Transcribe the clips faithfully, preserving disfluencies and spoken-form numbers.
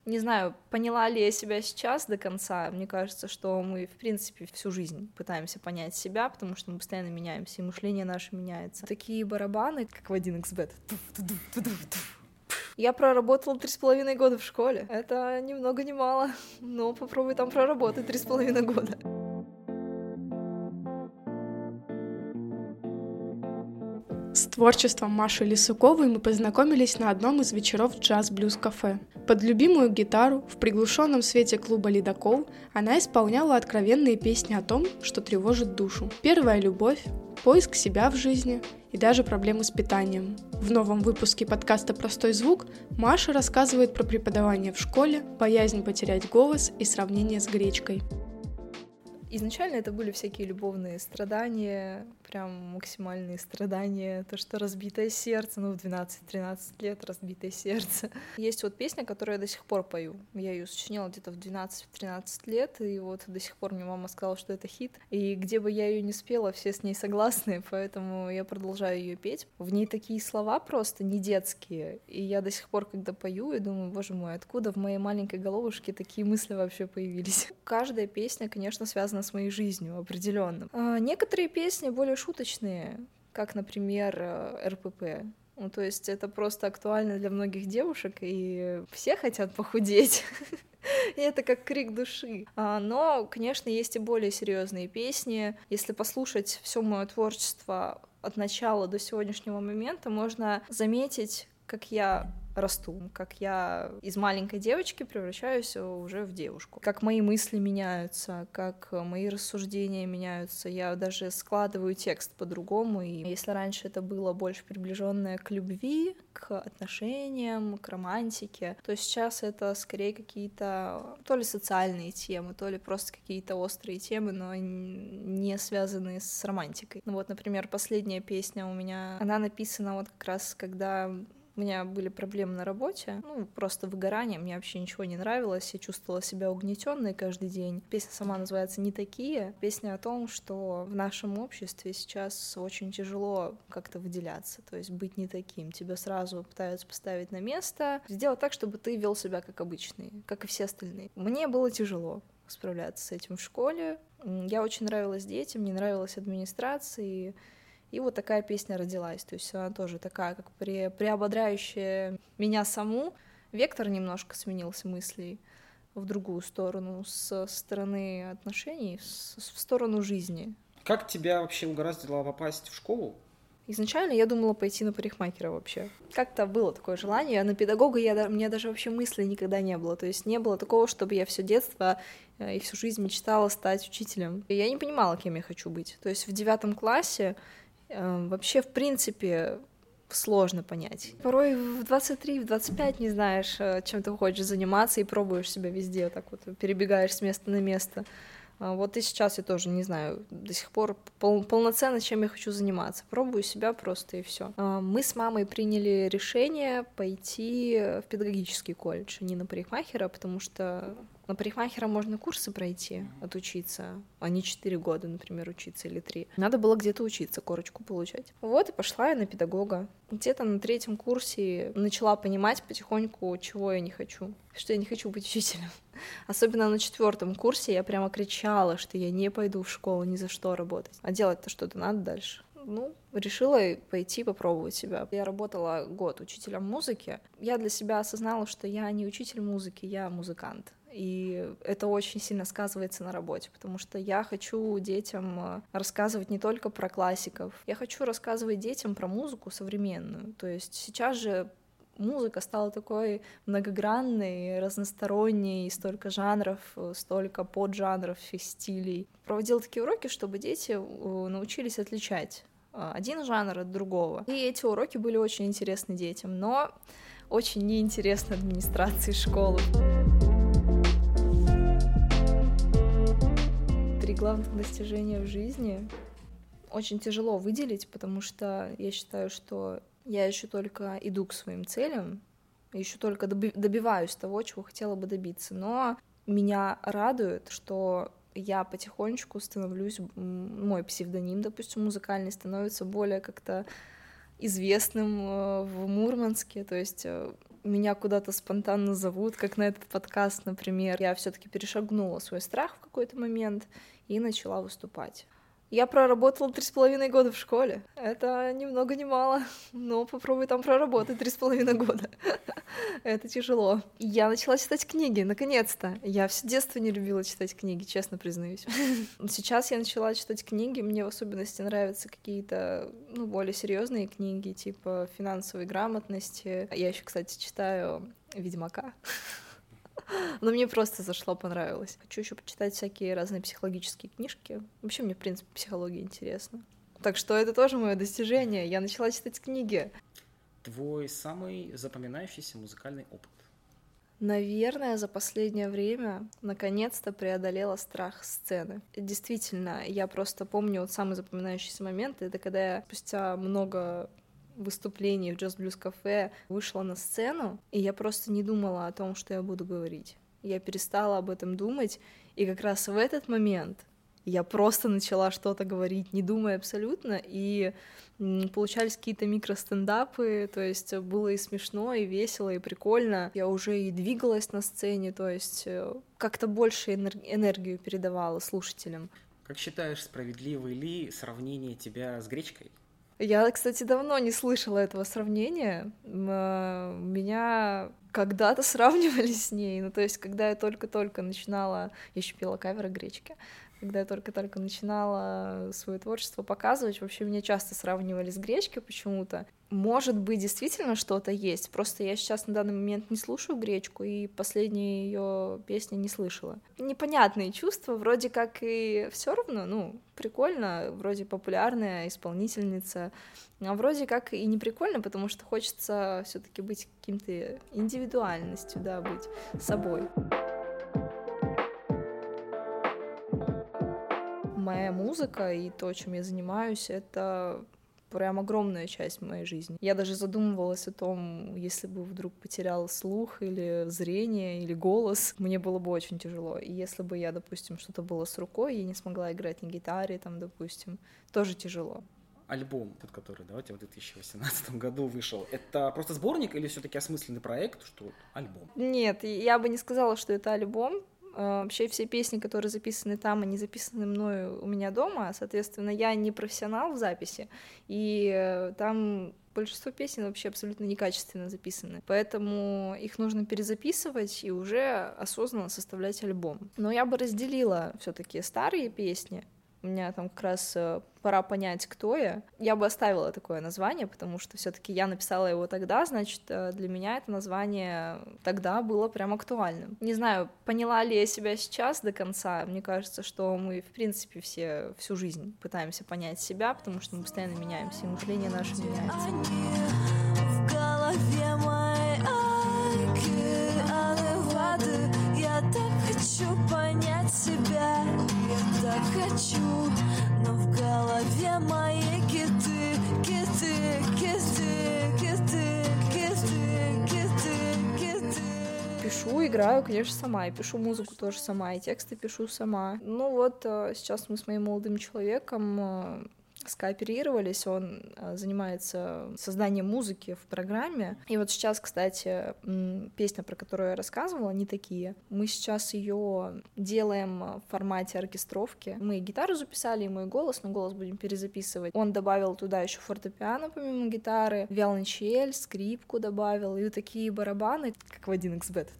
Не знаю, поняла ли я себя сейчас до конца. Мне кажется, что мы, в принципе, всю жизнь пытаемся понять себя, потому что мы постоянно меняемся, и мышление наше меняется. Такие барабаны, как в один икс бет. Я проработала три с половиной года в школе. Это ни много ни мало, но попробуй там проработать три с половиной года. С творчеством Маши Лисуковой мы познакомились на одном из вечеров джаз-блюз-кафе. Под любимую гитару в приглушенном свете клуба «Ледокол» она исполняла откровенные песни о том, что тревожит душу. Первая любовь, поиск себя в жизни и даже проблемы с питанием. В новом выпуске подкаста «Простой звук» Маша рассказывает про преподавание в школе, боязнь потерять голос и сравнение с гречкой. Изначально это были всякие любовные страдания, прям максимальные страдания, то, что разбитое сердце, ну, в двенадцать-тринадцать лет разбитое сердце. Есть вот песня, которую я до сих пор пою. Я ее сочиняла где-то в двенадцать-тринадцать лет, и вот до сих пор мне мама сказала, что это хит. И где бы я ее не спела, все с ней согласны, поэтому я продолжаю ее петь. В ней такие слова просто не детские, и я до сих пор, когда пою, я думаю, боже мой, откуда в моей маленькой головушке такие мысли вообще появились? Каждая песня, конечно, связана с моей жизнью определенно. А некоторые песни более шуточные, как, например, эр пэ пэ. Ну, то есть это просто актуально для многих девушек, и все хотят похудеть. И это как крик души. Но, конечно, есть и более серьезные песни. Если послушать все мое творчество от начала до сегодняшнего момента, можно заметить, как я расту, как я из маленькой девочки превращаюсь уже в девушку, как мои мысли меняются, как мои рассуждения меняются, я даже складываю текст по-другому, и если раньше это было больше приближенное к любви, к отношениям, к романтике, то сейчас это скорее какие-то то ли социальные темы, то ли просто какие-то острые темы, но не связанные с романтикой. Ну вот, например, последняя песня у меня, она написана вот как раз, когда у меня были проблемы на работе, ну, просто выгорание, мне вообще ничего не нравилось, я чувствовала себя угнетенной каждый день. Песня сама называется «Не такие». Песня о том, что в нашем обществе сейчас очень тяжело как-то выделяться, то есть быть не таким. Тебя сразу пытаются поставить на место, сделать так, чтобы ты вел себя как обычный, как и все остальные. Мне было тяжело справляться с этим в школе. Я очень нравилась детям, мне нравилась администрация, и вот такая песня родилась, то есть она тоже такая, как при, приободряющая меня саму. Вектор немножко сменился мыслей в другую сторону, с стороны отношений в сторону жизни. Как тебя вообще угораздило попасть в школу? Изначально я думала пойти на парикмахера вообще. Как-то было такое желание, а на педагога я, у меня даже вообще мысли никогда не было. То есть не было такого, чтобы я все детство и всю жизнь мечтала стать учителем. И я не понимала, кем я хочу быть. То есть в девятом классе вообще, в принципе, сложно понять. Порой в двадцать три, в двадцать пять не знаешь, чем ты хочешь заниматься, и пробуешь себя везде, вот так вот перебегаешь с места на место. Вот и сейчас я тоже не знаю до сих пор пол- полноценно, чем я хочу заниматься. Пробую себя просто, и все. Мы с мамой приняли решение пойти в педагогический колледж, а не на парикмахера, потому что на парикмахера можно курсы пройти, отучиться, а не четыре года, например, учиться или три. Надо было где-то учиться, корочку получать. Вот и пошла я на педагога. Где-то на третьем курсе начала понимать потихоньку, чего я не хочу, что я не хочу быть учителем. Особенно на четвертом курсе я прямо кричала, что я не пойду в школу ни за что работать. А делать-то что-то надо дальше. Ну, решила пойти попробовать себя. Я работала год учителем музыки. Я для себя осознала, что я не учитель музыки, я музыкант. И это очень сильно сказывается на работе, потому что я хочу детям рассказывать не только про классиков, я хочу рассказывать детям про музыку современную. То есть сейчас же музыка стала такой многогранной, разносторонней, столько жанров, столько поджанров и стилей. Проводила такие уроки, чтобы дети научились отличать один жанр от другого. И эти уроки были очень интересны детям, но очень неинтересны администрации школы. Три главных достижения в жизни очень тяжело выделить, потому что я считаю, что я еще только иду к своим целям, еще только добиваюсь того, чего хотела бы добиться. Но меня радует, что я потихонечку становлюсь, мой псевдоним, допустим, музыкальный, становится более как-то известным в Мурманске. То есть меня куда-то спонтанно зовут, как на этот подкаст, например. Я все-таки перешагнула свой страх в какой-то момент и начала выступать. Я проработала три с половиной года в школе. Это ни много ни мало, но попробуй там проработать три с половиной года. Это тяжело. Я начала читать книги, наконец-то. Я все детство не любила читать книги, честно признаюсь. Сейчас я начала читать книги, мне в особенности нравятся какие-то, ну, более серьезные книги, типа финансовой грамотности. Я еще, кстати, читаю «Ведьмака». Но мне просто зашло, понравилось. Хочу еще почитать всякие разные психологические книжки. Вообще мне, в принципе, психология интересна. Так что это тоже мое достижение. Я начала читать книги. Твой самый запоминающийся музыкальный опыт? Наверное, за последнее время наконец-то преодолела страх сцены. Действительно, я просто помню вот самый запоминающийся момент. Это когда я спустя много выступлений в джаз-блюз-кафе вышла на сцену, и я просто не думала о том, что я буду говорить. Я перестала об этом думать, и как раз в этот момент я просто начала что-то говорить, не думая абсолютно, и получались какие-то микростендапы, то есть было и смешно, и весело, и прикольно. Я уже и двигалась на сцене, то есть как-то больше энергию передавала слушателям. Как считаешь, справедливо ли сравнение тебя с гречкой? Я, кстати, давно не слышала этого сравнения. Меня когда-то сравнивали с ней. Ну, то есть, когда я только-только начинала... Я еще пела каверы гречки. Когда я только-только начинала свое творчество показывать, вообще меня часто сравнивали с Гречкой почему-то. Может быть, действительно что-то есть, просто я сейчас на данный момент не слушаю Гречку, и последние ее песни не слышала. Непонятные чувства, вроде как и все равно, ну, прикольно, вроде популярная исполнительница, а вроде как и не прикольно, потому что хочется все-таки быть каким-то индивидуальностью, да, быть собой. Моя музыка и то, чем я занимаюсь, это прям огромная часть моей жизни. Я даже задумывалась о том, если бы вдруг потеряла слух или зрение, или голос, мне было бы очень тяжело. И если бы я, допустим, что-то было с рукой, и не смогла играть на гитаре, там, допустим, тоже тяжело. Альбом, тот, который, давайте, в две тысячи восемнадцатом году вышел, это просто сборник или все-таки осмысленный проект, что альбом? Нет, я бы не сказала, что это альбом. Вообще все песни, которые записаны там, они записаны мною у меня дома, соответственно, я не профессионал в записи, и там большинство песен вообще абсолютно некачественно записаны, поэтому их нужно перезаписывать и уже осознанно составлять альбом. Но я бы разделила все-таки старые песни. У меня там как раз «Пора понять, кто я». Я бы оставила такое название, потому что все-таки я написала его тогда, значит, для меня это название тогда было прям актуальным. Не знаю, поняла ли я себя сейчас до конца. Мне кажется, что мы, в принципе, все всю жизнь пытаемся понять себя, потому что мы постоянно меняемся, и мышление наше меняется. В голове моей океаны воды. Я так хочу понять себя, я так хочу, но в голове мои киты, киты, киты, киты, киты, киты, киты. Пишу, играю, конечно, сама, и пишу музыку тоже сама, и тексты пишу сама. Ну вот, сейчас мы с моим молодым человеком скооперировались, он занимается созданием музыки в программе. И вот сейчас, кстати, песня, про которую я рассказывала, «Не такие», мы сейчас ее делаем в формате оркестровки. Мы и гитару записали, и мой голос, но голос будем перезаписывать. Он добавил туда еще фортепиано помимо гитары, виолончель, скрипку добавил, и такие барабаны, как в один икс бет.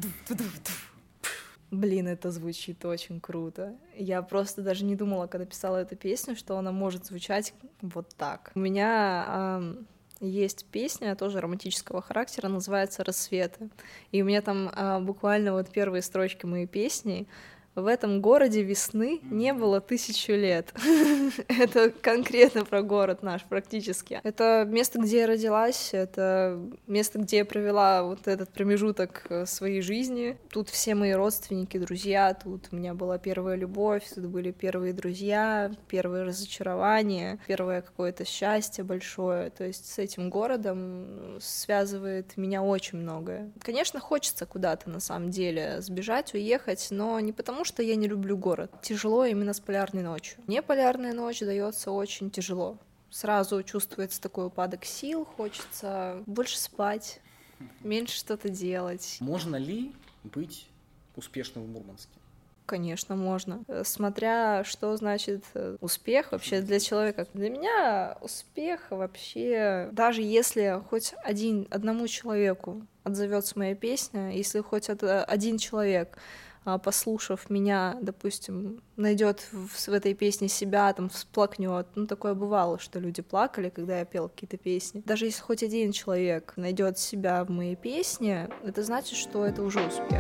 Блин, это звучит очень круто. Я просто даже не думала, когда писала эту песню, что она может звучать вот так. У меня э, есть песня, тоже романтического характера, называется «Рассветы». И у меня там э, буквально вот первые строчки моей песни: «В этом городе весны не было тысячу лет». Это конкретно про город наш практически. Это место, где я родилась, это место, где я провела вот этот промежуток своей жизни. Тут все мои родственники, друзья, тут у меня была первая любовь, тут были первые друзья, первые разочарования, первое какое-то счастье большое. То есть с этим городом связывает меня очень многое. Конечно, хочется куда-то на самом деле сбежать, уехать, но не потому, что я не люблю город. Тяжело именно с полярной ночью. Мне полярная ночь дается очень тяжело. Сразу чувствуется такой упадок сил, хочется больше спать, меньше что-то делать. Можно ли быть успешным в Мурманске? Конечно, можно. Смотря, что значит успех вообще для человека. Для меня успех вообще, даже если хоть один, одному человеку отзовется моя песня, если хоть один человек, послушав меня, допустим, найдет в, в этой песне себя, там, всплакнет. Ну, такое бывало, что люди плакали, когда я пела какие-то песни. Даже если хоть один человек найдет себя в моей песне, это значит, что это уже успех.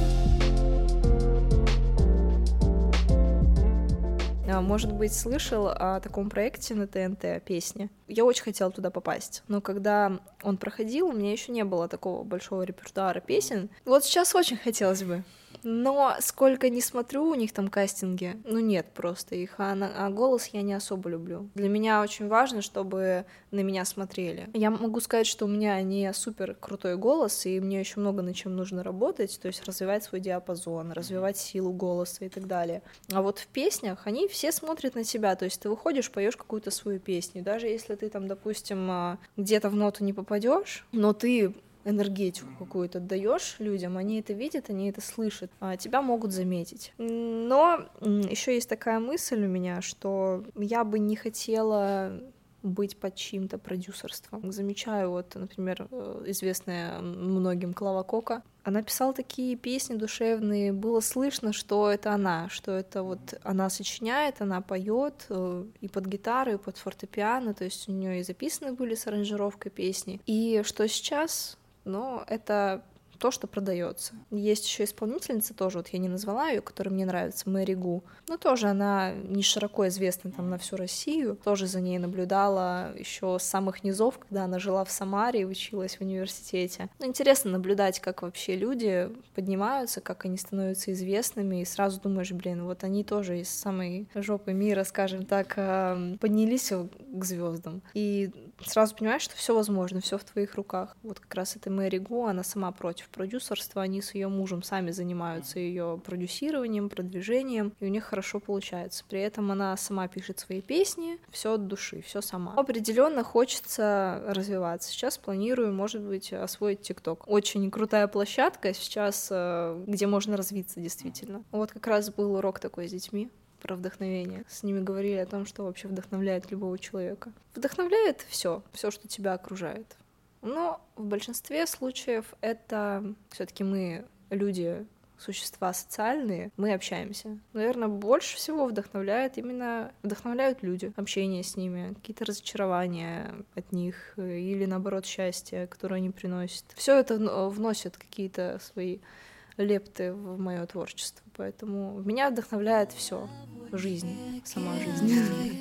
Может быть, слышал о таком проекте на ТНТ «Песни». Я очень хотела туда попасть, но когда он проходил, у меня еще не было такого большого репертуара песен. Вот сейчас очень хотелось бы. Но сколько не смотрю, у них там кастинги, ну нет просто их, а, на, а голос я не особо люблю. Для меня очень важно, чтобы на меня смотрели. Я могу сказать, что у меня не супер крутой голос, и мне еще много над чем нужно работать, то есть развивать свой диапазон, развивать силу голоса и так далее. А вот в песнях они все смотрят на тебя, то есть ты выходишь, поешь какую-то свою песню, даже если ты там, допустим, где-то в ноту не попадешь, но ты энергетику какую-то отдаешь людям, они это видят, они это слышат, а тебя могут заметить. Но еще есть такая мысль у меня, что я бы не хотела быть под чьим-то продюсерством. Замечаю, вот, например, известная многим Клава Кока. Она писала такие песни душевные, было слышно, что это она, что это вот она сочиняет, она поет и под гитару, и под фортепиано, то есть у нее и записаны были с аранжировкой песни. И что сейчас... но это то, что продается. Есть еще исполнительница тоже, вот я не назвала ее, которая мне нравится, Мэри Гу, но тоже она не широко известна там на всю Россию, тоже за ней наблюдала еще с самых низов, когда она жила в Самаре и училась в университете. Ну, интересно наблюдать, как вообще люди поднимаются, как они становятся известными, и сразу думаешь, блин, вот они тоже из самой жопы мира, скажем так, поднялись к звездам. И сразу понимаешь, что все возможно, все в твоих руках. Вот как раз эта Мэри Гу, она сама против продюсерства, они с ее мужем сами занимаются ее продюсированием, продвижением, и у них хорошо получается. При этом она сама пишет свои песни, все от души, все сама. Определенно хочется развиваться. Сейчас планирую, может быть, освоить ТикТок. Очень крутая площадка сейчас, где можно развиться действительно. Вот как раз был урок такой с детьми про вдохновение. С ними говорили о том, что вообще вдохновляет любого человека. Вдохновляет все, все, что тебя окружает. Но в большинстве случаев это все-таки мы, люди, существа социальные, мы общаемся. Наверное, больше всего вдохновляет именно вдохновляют люди, общение с ними, какие-то разочарования от них или, наоборот, счастье, которое они приносят. Все это вносит какие-то свои лепты в мое творчество, поэтому меня вдохновляет все, жизнь, сама жизнь.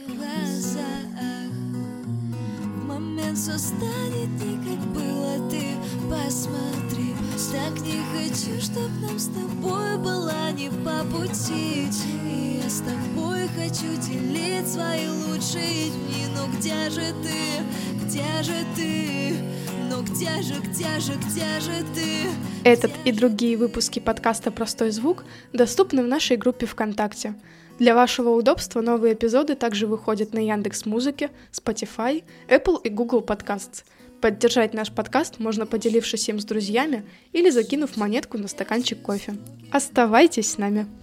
Момент все станет не как было, ты посмотри. Так не хочу, чтоб нам с тобой была не по пути. И я с тобой хочу делить свои лучшие дни. Но где же ты, где же ты? Но где же, где же, где же ты? Этот и другие выпуски подкаста «Простой звук» доступны в нашей группе ВКонтакте. Для вашего удобства новые эпизоды также выходят на Яндекс.Музыке, Spotify, Apple и Google Podcasts. Поддержать наш подкаст можно, поделившись им с друзьями или закинув монетку на стаканчик кофе. Оставайтесь с нами!